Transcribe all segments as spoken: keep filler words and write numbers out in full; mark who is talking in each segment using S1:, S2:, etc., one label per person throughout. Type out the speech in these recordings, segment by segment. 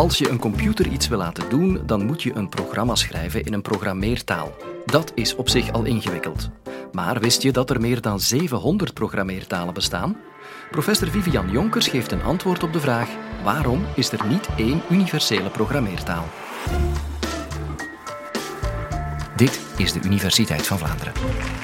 S1: Als je een computer iets wil laten doen, dan moet je een programma schrijven in een programmeertaal. Dat is op zich al ingewikkeld. Maar wist je dat er meer dan zevenhonderd programmeertalen bestaan? Professor Vivian Jonkers geeft een antwoord op de vraag: waarom is er niet één universele programmeertaal? Dit is de Universiteit van Vlaanderen.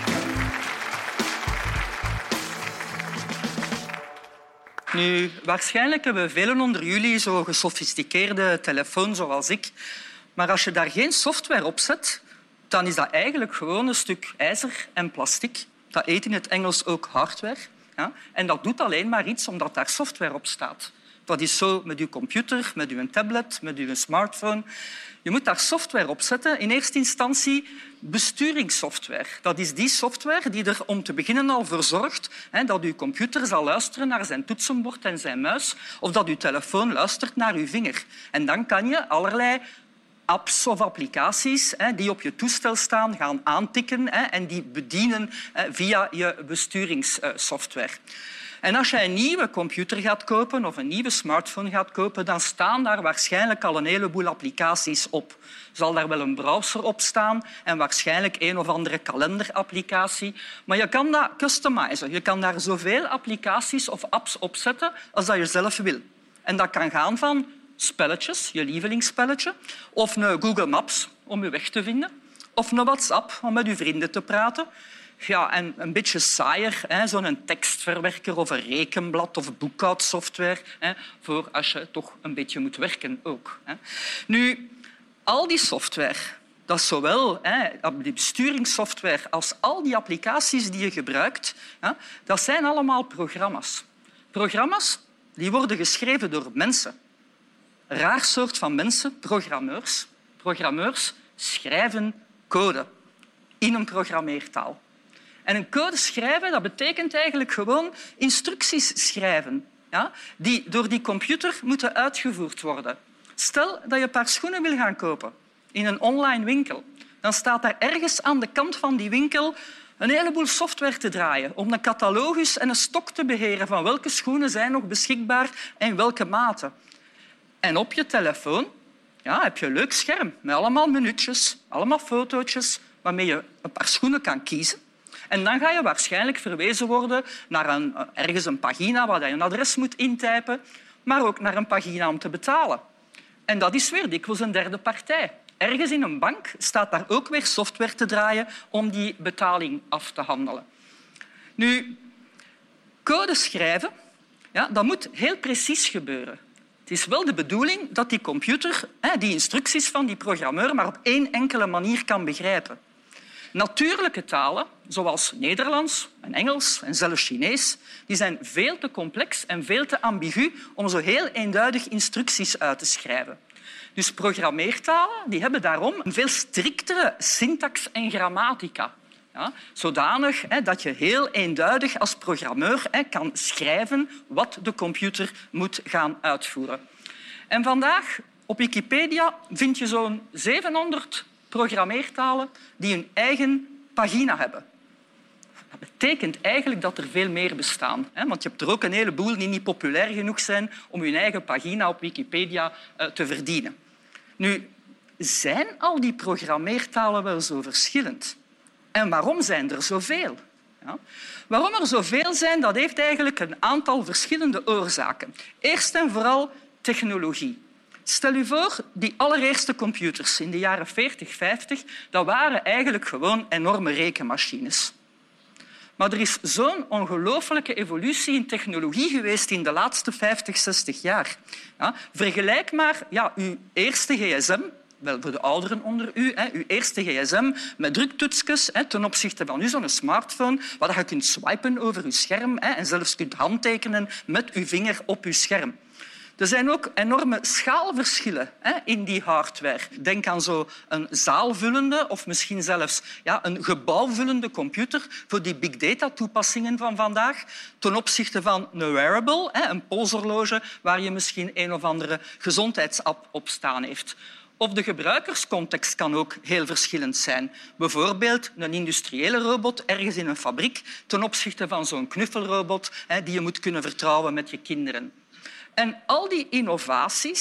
S2: Nu, waarschijnlijk hebben velen onder jullie zo'n gesofisticeerde telefoon zoals ik. Maar als je daar geen software op zet, dan is dat eigenlijk gewoon een stuk ijzer en plastic. Dat heet in het Engels ook hardware. Ja? En dat doet alleen maar iets omdat daar software op staat. Dat is zo met uw computer, met uw tablet, met uw smartphone. Je moet daar software op zetten. In eerste instantie besturingssoftware. Dat is die software die er om te beginnen al voor zorgt hè, dat uw computer zal luisteren naar zijn toetsenbord en zijn muis of dat uw telefoon luistert naar uw vinger. En dan kan je allerlei apps of applicaties hè, die op je toestel staan gaan aantikken hè, en die bedienen hè, via je besturingssoftware. En als je een nieuwe computer gaat kopen of een nieuwe smartphone gaat kopen, dan staan daar waarschijnlijk al een heleboel applicaties op. Zal daar wel een browser op staan en waarschijnlijk een of andere kalenderapplicatie. Maar je kan dat customizen. Je kan daar zoveel applicaties of apps op zetten als dat je zelf wil. En dat kan gaan van spelletjes, je lievelingsspelletje, of een Google Maps om je weg te vinden, of een WhatsApp om met je vrienden te praten. Ja, en een beetje saaier, zo'n tekstverwerker of een rekenblad of boekhoudsoftware, hè, voor als je toch een beetje moet werken ook. Hè. Nu, al die software, dat is zowel hè, die besturingssoftware als al die applicaties die je gebruikt, hè, dat zijn allemaal programma's. Programma's die worden geschreven door mensen. Een raar soort van mensen, programmeurs. Programmeurs schrijven code in een programmeertaal. En een code schrijven, dat betekent eigenlijk gewoon instructies schrijven, ja, die door die computer moeten uitgevoerd worden. Stel dat je een paar schoenen wil gaan kopen in een online winkel. Dan staat daar ergens aan de kant van die winkel een heleboel software te draaien om een catalogus en een stok te beheren van welke schoenen zijn nog beschikbaar en welke maten. En op je telefoon ja, heb je een leuk scherm met allemaal minuutjes, allemaal fotootjes waarmee je een paar schoenen kan kiezen. En dan ga je waarschijnlijk verwezen worden naar een, ergens een pagina waar je een adres moet intypen, maar ook naar een pagina om te betalen. En dat is weer dikwijls een derde partij. Ergens in een bank staat daar ook weer software te draaien om die betaling af te handelen. Nu, code schrijven, ja, dat moet heel precies gebeuren. Het is wel de bedoeling dat die computer die instructies van die programmeur maar op één enkele manier kan begrijpen. Natuurlijke talen, zoals Nederlands en Engels en zelfs Chinees, die zijn veel te complex en veel te ambigu om zo heel eenduidig instructies uit te schrijven. Dus programmeertalen die hebben daarom een veel striktere syntax en grammatica. Ja, zodanig hè, dat je heel eenduidig als programmeur hè, kan schrijven wat de computer moet gaan uitvoeren. En vandaag op Wikipedia vind je zo'n zevenhonderd programmeertalen die hun eigen pagina hebben. Dat betekent eigenlijk dat er veel meer bestaan. Hè? Want je hebt er ook een heleboel die niet populair genoeg zijn om hun eigen pagina op Wikipedia uh, te verdienen. Nu, zijn al die programmeertalen wel zo verschillend? En waarom zijn er zoveel? Ja? Waarom er zoveel zijn, dat heeft eigenlijk een aantal verschillende oorzaken. Eerst en vooral technologie. Stel u voor, die allereerste computers in de jaren veertig, vijftig, dat waren eigenlijk gewoon enorme rekenmachines. Maar er is zo'n ongelooflijke evolutie in technologie geweest in de laatste vijftig, zestig jaar. Ja, vergelijk maar ja, uw eerste gsm, wel voor de ouderen onder u, hè, uw eerste gsm met druktoetsjes hè, ten opzichte van u zo'n smartphone, waar je kunt swipen over uw scherm hè, en zelfs kunt handtekenen met uw vinger op uw scherm. Er zijn ook enorme schaalverschillen hè, in die hardware. Denk aan zo'n zaalvullende of misschien zelfs ja, een gebouwvullende computer voor die big data toepassingen van vandaag ten opzichte van een wearable, hè, een polshorloge waar je misschien een of andere gezondheidsapp op staan heeft. Of de gebruikerscontext kan ook heel verschillend zijn. Bijvoorbeeld een industriële robot ergens in een fabriek ten opzichte van zo'n knuffelrobot hè, die je moet kunnen vertrouwen met je kinderen. En al die innovaties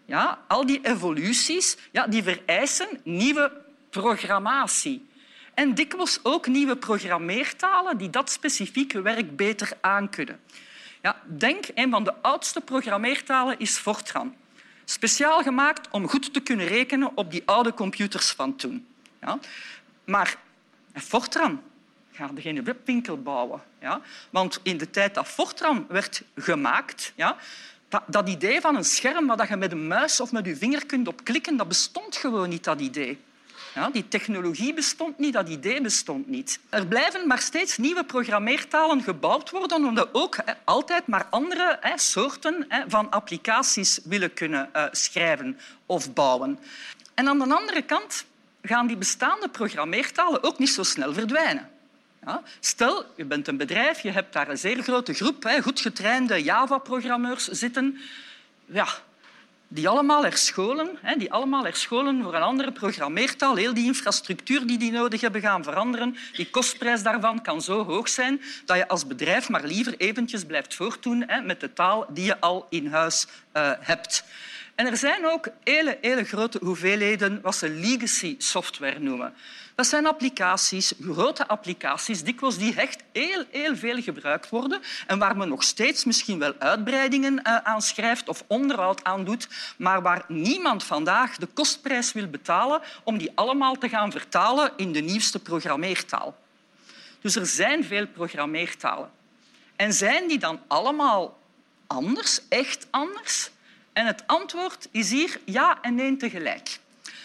S2: ja, al die evoluties, ja, die vereisen nieuwe programmatie. En dikwijls ook nieuwe programmeertalen die dat specifieke werk beter aankunnen. Ja, denk, een van de oudste programmeertalen is Fortran. Speciaal gemaakt om goed te kunnen rekenen op die oude computers van toen. Ja. Maar Fortran gaat geen webwinkel bouwen. Ja. Want in de tijd dat Fortran werd gemaakt, ja, dat, dat idee van een scherm waar je met een muis of met je vinger kunt op klikken, dat bestond gewoon niet, dat idee. Ja, die technologie bestond niet, dat idee bestond niet. Er blijven maar steeds nieuwe programmeertalen gebouwd worden, omdat we ook he, altijd maar andere he, soorten he, van applicaties willen kunnen uh, schrijven of bouwen. En aan de andere kant gaan die bestaande programmeertalen ook niet zo snel verdwijnen. Ja, stel, je bent een bedrijf, je hebt daar een zeer grote groep he, goed getrainde Java-programmeurs zitten. Ja, Die allemaal herscholen, die allemaal herscholen voor een andere programmeertaal. Heel die infrastructuur die die nodig hebben gaan veranderen. Die kostprijs daarvan kan zo hoog zijn dat je als bedrijf maar liever eventjes blijft voortdoen met de taal die je al in huis uh, hebt. En er zijn ook hele, hele grote hoeveelheden wat ze legacy software noemen. Dat zijn applicaties, grote applicaties, dikwijls die echt heel, heel veel gebruikt worden en waar men nog steeds misschien wel uitbreidingen aan schrijft of onderhoud aan doet, maar waar niemand vandaag de kostprijs wil betalen om die allemaal te gaan vertalen in de nieuwste programmeertaal. Dus er zijn veel programmeertalen. En zijn die dan allemaal anders, echt anders? En het antwoord is hier ja en nee tegelijk.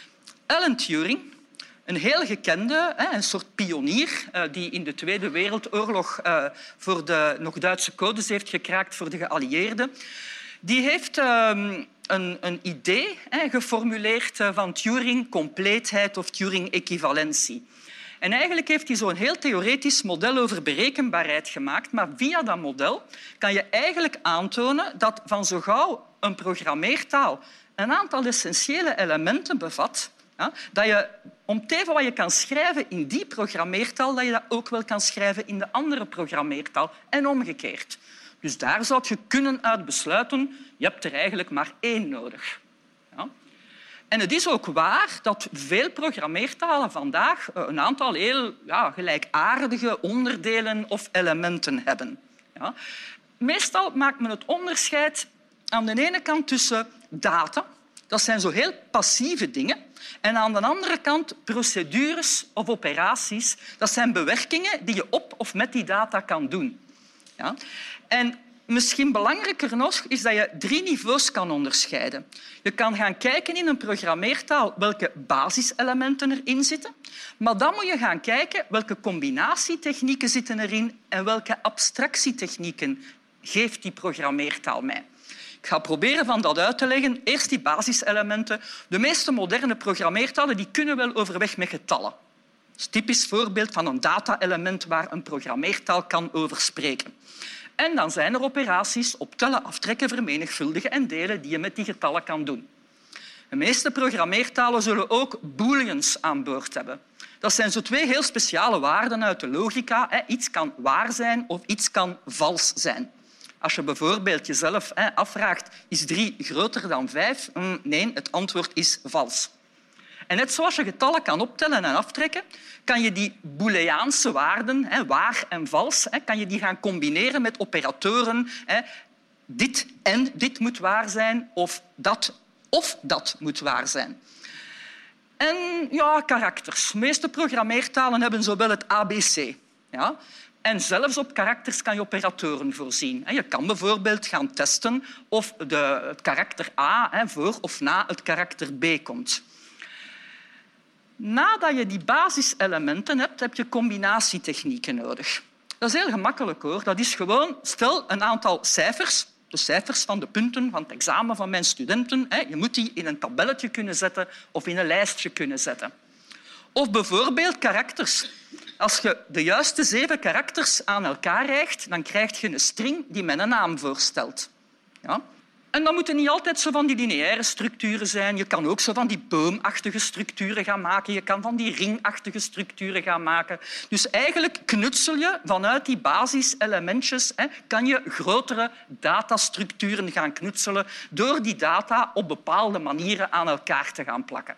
S2: Alan Turing, een heel gekende, een soort pionier die in de Tweede Wereldoorlog voor de nog Duitse codes heeft gekraakt voor de geallieerden, die heeft een, een idee geformuleerd van Turing-compleetheid of Turing-equivalentie. En eigenlijk heeft hij zo'n heel theoretisch model over berekenbaarheid gemaakt, maar via dat model kan je eigenlijk aantonen dat van zo gauw een programmeertaal een aantal essentiële elementen bevat, ja, dat je om teven wat je kan schrijven in die programmeertaal, dat je dat ook wel kan schrijven in de andere programmeertaal en omgekeerd. Dus daar zou je kunnen uit besluiten, je hebt er eigenlijk maar één nodig. Ja. En het is ook waar dat veel programmeertalen vandaag een aantal heel ja, gelijkaardige onderdelen of elementen hebben. Ja. Meestal maakt men het onderscheid aan de ene kant tussen data, dat zijn zo heel passieve dingen, en aan de andere kant procedures of operaties, dat zijn bewerkingen die je op of met die data kan doen. Ja. En misschien belangrijker nog is dat je drie niveaus kan onderscheiden. Je kan gaan kijken in een programmeertaal welke basiselementen erin zitten, maar dan moet je gaan kijken welke combinatietechnieken zitten erin en welke abstractietechnieken geeft die programmeertaal mij. Ik ga proberen van dat uit te leggen. Eerst die basiselementen. De meeste moderne programmeertalen die kunnen wel overweg met getallen. Dat is een typisch voorbeeld van een data-element waar een programmeertaal kan over spreken. En dan zijn er operaties optellen, aftrekken, vermenigvuldigen en delen die je met die getallen kan doen. De meeste programmeertalen zullen ook booleans aan boord hebben. Dat zijn zo twee heel speciale waarden uit de logica. Iets kan waar zijn of iets kan vals zijn. Als je bijvoorbeeld jezelf afvraagt, is drie groter dan vijf? Nee, het antwoord is vals. En net zoals je getallen kan optellen en aftrekken, kan je die Booleaanse waarden, waar en vals, kan je die gaan combineren met operatoren. Dit en dit moet waar zijn, of dat of dat moet waar zijn. En ja, karakters. De meeste programmeertalen hebben zowel het A B C. Ja. En zelfs op karakters kan je operatoren voorzien. Je kan bijvoorbeeld gaan testen of de, het karakter A voor of na het karakter B komt. Nadat je die basiselementen hebt, heb je combinatietechnieken nodig. Dat is heel gemakkelijk, hoor. Dat is gewoon, stel een aantal cijfers, de cijfers van de punten van het examen van mijn studenten. Je moet die in een tabelletje kunnen zetten of in een lijstje kunnen zetten. Of bijvoorbeeld karakters. Als je de juiste zeven karakters aan elkaar rijgt, dan krijg je een string die met een naam voorstelt. Ja? En dat moeten niet altijd zo van die lineaire structuren zijn. Je kan ook zo van die boomachtige structuren gaan maken. Je kan van die ringachtige structuren gaan maken. Dus eigenlijk knutsel je vanuit die basiselementjes, hè, kan je grotere datastructuren gaan knutselen door die data op bepaalde manieren aan elkaar te gaan plakken.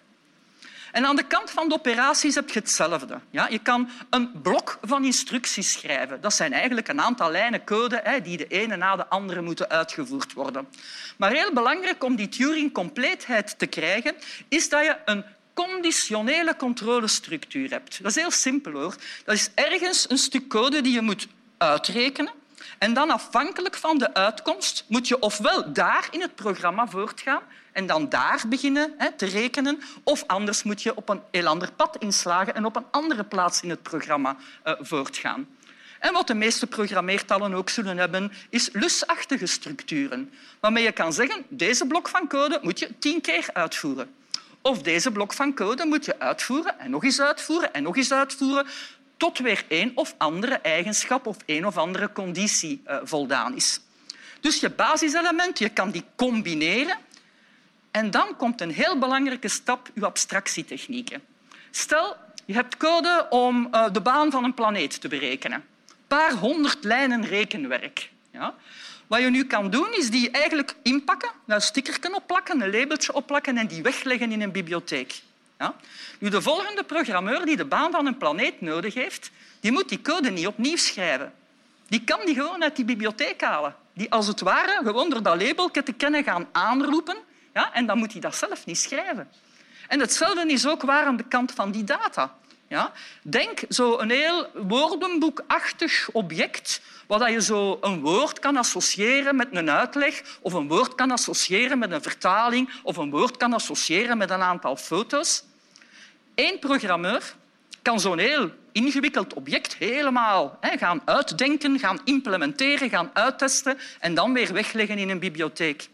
S2: En aan de kant van de operaties heb je hetzelfde. Ja, je kan een blok van instructies schrijven. Dat zijn eigenlijk een aantal lijnen code hè, die de ene na de andere moeten uitgevoerd worden. Maar heel belangrijk om die Turing-compleetheid te krijgen, is dat je een conditionele controlestructuur hebt. Dat is heel simpel, hoor. Dat is ergens een stuk code die je moet uitrekenen. En dan afhankelijk van de uitkomst moet je ofwel daar in het programma voortgaan en dan daar beginnen hè, te rekenen, of anders moet je op een heel ander pad inslagen en op een andere plaats in het programma uh, voortgaan. En wat de meeste programmeertalen ook zullen hebben, is lusachtige structuren, waarmee je kan zeggen, deze blok van code moet je tien keer uitvoeren. Of deze blok van code moet je uitvoeren en nog eens uitvoeren en nog eens uitvoeren, tot weer een of andere eigenschap of een of andere conditie uh, voldaan is. Dus je basiselement, je kan die combineren. En dan komt een heel belangrijke stap, je abstractietechnieken. Stel, je hebt code om uh, de baan van een planeet te berekenen. Een paar honderd lijnen rekenwerk. Ja? Wat je nu kan doen, is die eigenlijk inpakken, daar een stickertje opplakken, een labeltje opplakken en die wegleggen in een bibliotheek. Ja? Nu, de volgende programmeur die de baan van een planeet nodig heeft, die moet die code niet opnieuw schrijven. Die kan die gewoon uit die bibliotheek halen. Die als het ware gewoon door dat labeltje te kennen gaan aanroepen. Ja, en dan moet hij dat zelf niet schrijven. En hetzelfde is ook waar aan de kant van die data. Ja? Denk zo een heel woordenboekachtig object waar je zo een woord kan associëren met een uitleg of een woord kan associëren met een vertaling of een woord kan associëren met een aantal foto's. Eén programmeur kan zo'n heel ingewikkeld object helemaal hè, gaan uitdenken, gaan implementeren, gaan uittesten en dan weer wegleggen in een bibliotheek.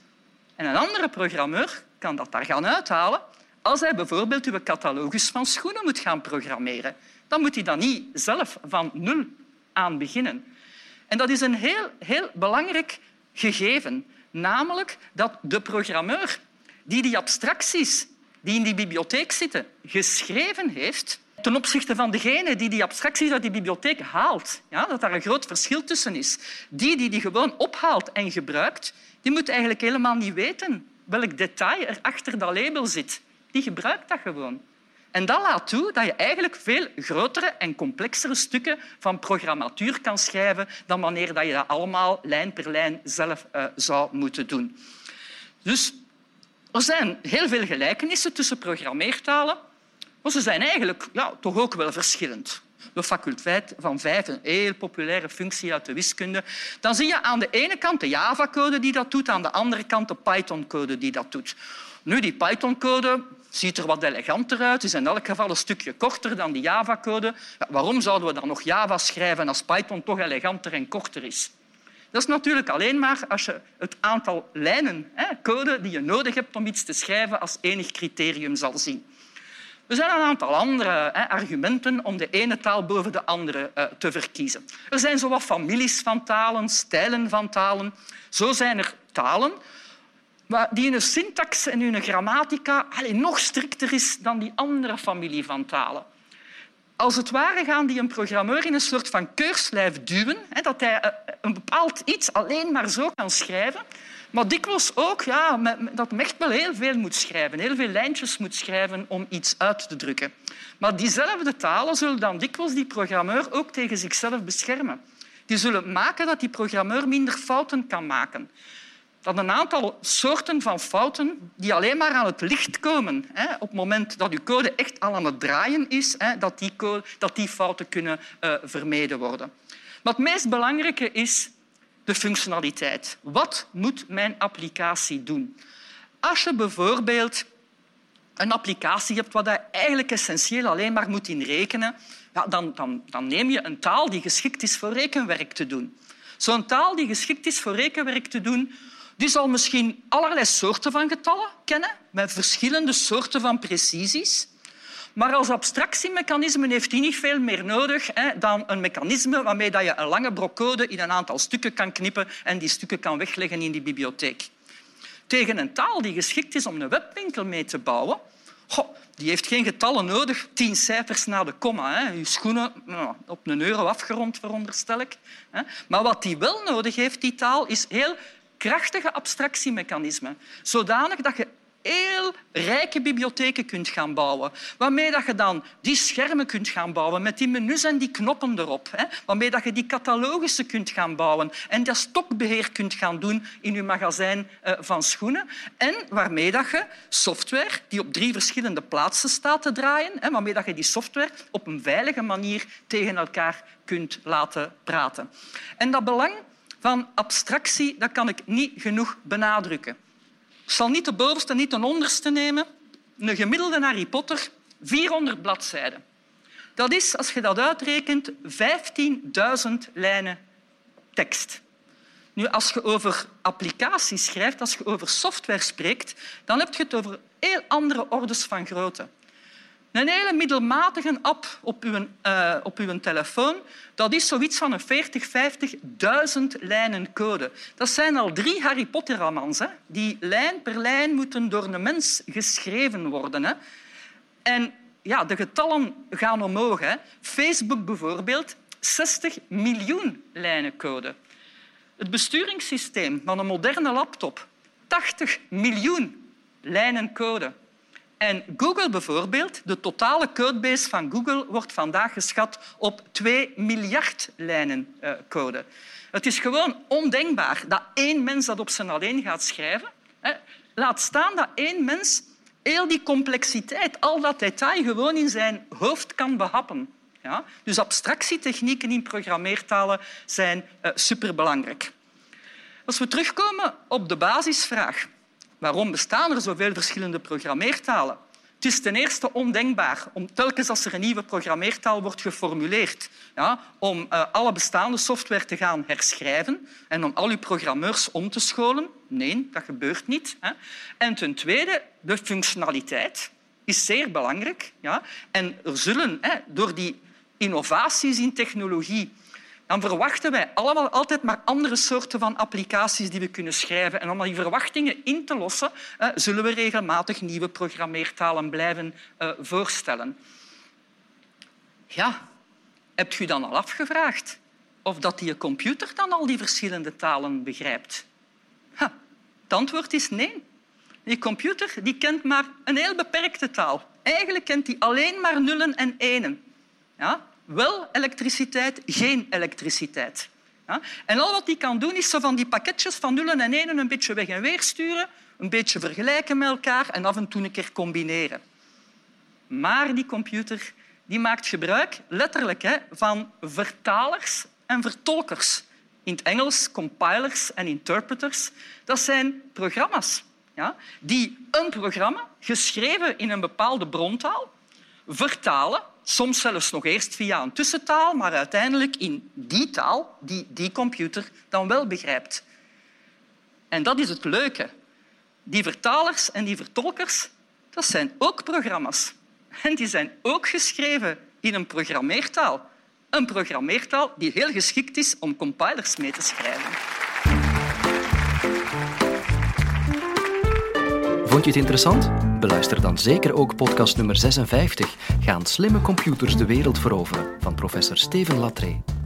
S2: En een andere programmeur kan dat daar gaan uithalen als hij bijvoorbeeld uw catalogus van schoenen moet gaan programmeren. Dan moet hij dat niet zelf van nul aan beginnen. En dat is een heel, heel belangrijk gegeven. Namelijk dat de programmeur die die abstracties die in die bibliotheek zitten geschreven heeft, ten opzichte van degene die die abstracties uit die bibliotheek haalt, ja, dat daar een groot verschil tussen is. Die die die gewoon ophaalt en gebruikt, die moet eigenlijk helemaal niet weten welk detail er achter dat label zit. Die gebruikt dat gewoon. En dat laat toe dat je eigenlijk veel grotere en complexere stukken van programmatuur kan schrijven dan wanneer je dat allemaal lijn per lijn zelf uh, zou moeten doen. Dus er zijn heel veel gelijkenissen tussen programmeertalen, maar ze zijn eigenlijk ja, toch ook wel verschillend. De faculteit van vijf, een heel populaire functie uit de wiskunde. Dan zie je aan de ene kant de Java-code die dat doet, aan de andere kant de Python-code die dat doet. Nu, die Python-code ziet er wat eleganter uit, is in elk geval een stukje korter dan die Java-code. Ja, waarom zouden we dan nog Java schrijven als Python toch eleganter en korter is? Dat is natuurlijk alleen maar als je het aantal lijnen hè, code die je nodig hebt om iets te schrijven als enig criterium zal zien. Er zijn een aantal andere hè, argumenten om de ene taal boven de andere uh, te verkiezen. Er zijn zowat families van talen, stijlen van talen. Zo zijn er talen die in hun syntax en hun grammatica allez, nog strikter is dan die andere familie van talen. Als het ware gaan die een programmeur in een soort van keurslijf duwen, hè, dat hij een bepaald iets alleen maar zo kan schrijven, maar dikwijls ook ja, dat hij echt wel heel veel moet schrijven, heel veel lijntjes moet schrijven om iets uit te drukken. Maar diezelfde talen zullen dan dikwijls die programmeur ook tegen zichzelf beschermen. Die zullen maken dat die programmeur minder fouten kan maken. Dat een aantal soorten van fouten die alleen maar aan het licht komen hè, op het moment dat uw code echt al aan het draaien is, hè, dat, die code, dat die fouten kunnen uh, vermeden worden. Maar het meest belangrijke is de functionaliteit. Wat moet mijn applicatie doen? Als je bijvoorbeeld een applicatie hebt waar je eigenlijk essentieel alleen maar moet in rekenen, ja, dan, dan, dan neem je een taal die geschikt is voor rekenwerk te doen. Zo'n taal die geschikt is voor rekenwerk te doen, die zal misschien allerlei soorten van getallen kennen, met verschillende soorten van precisies. Maar als abstractiemechanisme heeft die niet veel meer nodig hè, dan een mechanisme waarmee je een lange brok code in een aantal stukken kan knippen en die stukken kan wegleggen in die bibliotheek. tegen een taal die geschikt is om een webwinkel mee te bouwen. Goh, die heeft geen getallen nodig, tien cijfers na de komma. Hè. Je schoenen nou, op een euro afgerond, veronderstel ik. Hè. Maar wat die wel nodig heeft, die taal, is heel krachtige abstractiemechanismen. Zodanig dat je heel rijke bibliotheken kunt gaan bouwen. Waarmee dat je dan die schermen kunt gaan bouwen met die menus en die knoppen erop. Hè. Waarmee dat je die catalogussen kunt gaan bouwen en dat stokbeheer kunt gaan doen in je magazijn uh, van schoenen. En waarmee dat je software die op drie verschillende plaatsen staat te draaien, hè, waarmee dat je die software op een veilige manier tegen elkaar kunt laten praten. En dat belang van abstractie dat kan ik niet genoeg benadrukken. Ik zal niet de bovenste, niet de onderste nemen. Een gemiddelde Harry Potter, vierhonderd bladzijden. Dat is, als je dat uitrekent, vijftienduizend lijnen tekst. Nu, als je over applicaties schrijft, als je over software spreekt, dan heb je het over heel andere ordes van grootte. Een hele middelmatige app op uw, uh, op uw telefoon, dat is zoiets van een veertig, vijftigduizend lijnen code. Dat zijn al drie Harry Potter-romans. Hè. Die lijn per lijn moeten door een mens geschreven worden. Hè. En ja, de getallen gaan omhoog. Hè. Facebook bijvoorbeeld, zestig miljoen lijnen code. Het besturingssysteem van een moderne laptop, tachtig miljoen lijnen code. En Google bijvoorbeeld, de totale codebase van Google wordt vandaag geschat op twee miljard lijnen uh, code. Het is gewoon ondenkbaar dat één mens dat op zijn alleen gaat schrijven. Hè. Laat staan dat één mens heel die complexiteit, al dat detail gewoon in zijn hoofd kan behappen. Ja? Dus abstractietechnieken in programmeertalen zijn uh, superbelangrijk. Als we terugkomen op de basisvraag. Waarom bestaan er zoveel verschillende programmeertalen? Het is ten eerste ondenkbaar om telkens als er een nieuwe programmeertaal wordt geformuleerd, ja, om uh, alle bestaande software te gaan herschrijven en om al uw programmeurs om te scholen. Nee, dat gebeurt niet. Hè. En ten tweede, de functionaliteit is zeer belangrijk. Ja. En er zullen hè, door die innovaties in technologie dan verwachten wij allemaal altijd maar andere soorten van applicaties die we kunnen schrijven. En om die verwachtingen in te lossen, uh, zullen we regelmatig nieuwe programmeertalen blijven uh, voorstellen. Ja, hebt u dan al afgevraagd of dat die computer dan al die verschillende talen begrijpt? Ha, het antwoord is nee. Die computer die kent maar een heel beperkte taal. Eigenlijk kent hij alleen maar nullen en enen. Ja? Wel elektriciteit, geen elektriciteit. Ja? En al wat die kan doen, is zo van die pakketjes van nullen en enen een beetje weg en weer sturen, een beetje vergelijken met elkaar en af en toe een keer combineren. Maar die computer die maakt gebruik, letterlijk, hè, van vertalers en vertolkers. In het Engels compilers en interpreters. Dat zijn programma's, ja, die een programma, geschreven in een bepaalde brontaal, vertalen, soms zelfs nog eerst via een tussentaal, maar uiteindelijk in die taal die die computer dan wel begrijpt. En dat is het leuke. Die vertalers en die vertolkers, dat zijn ook programma's. En die zijn ook geschreven in een programmeertaal. Een programmeertaal die heel geschikt is om compilers mee te schrijven.
S1: Vond je het interessant? Beluister dan zeker ook podcast nummer zesenvijftig. Gaan slimme computers de wereld veroveren? Van professor Steven Lattre.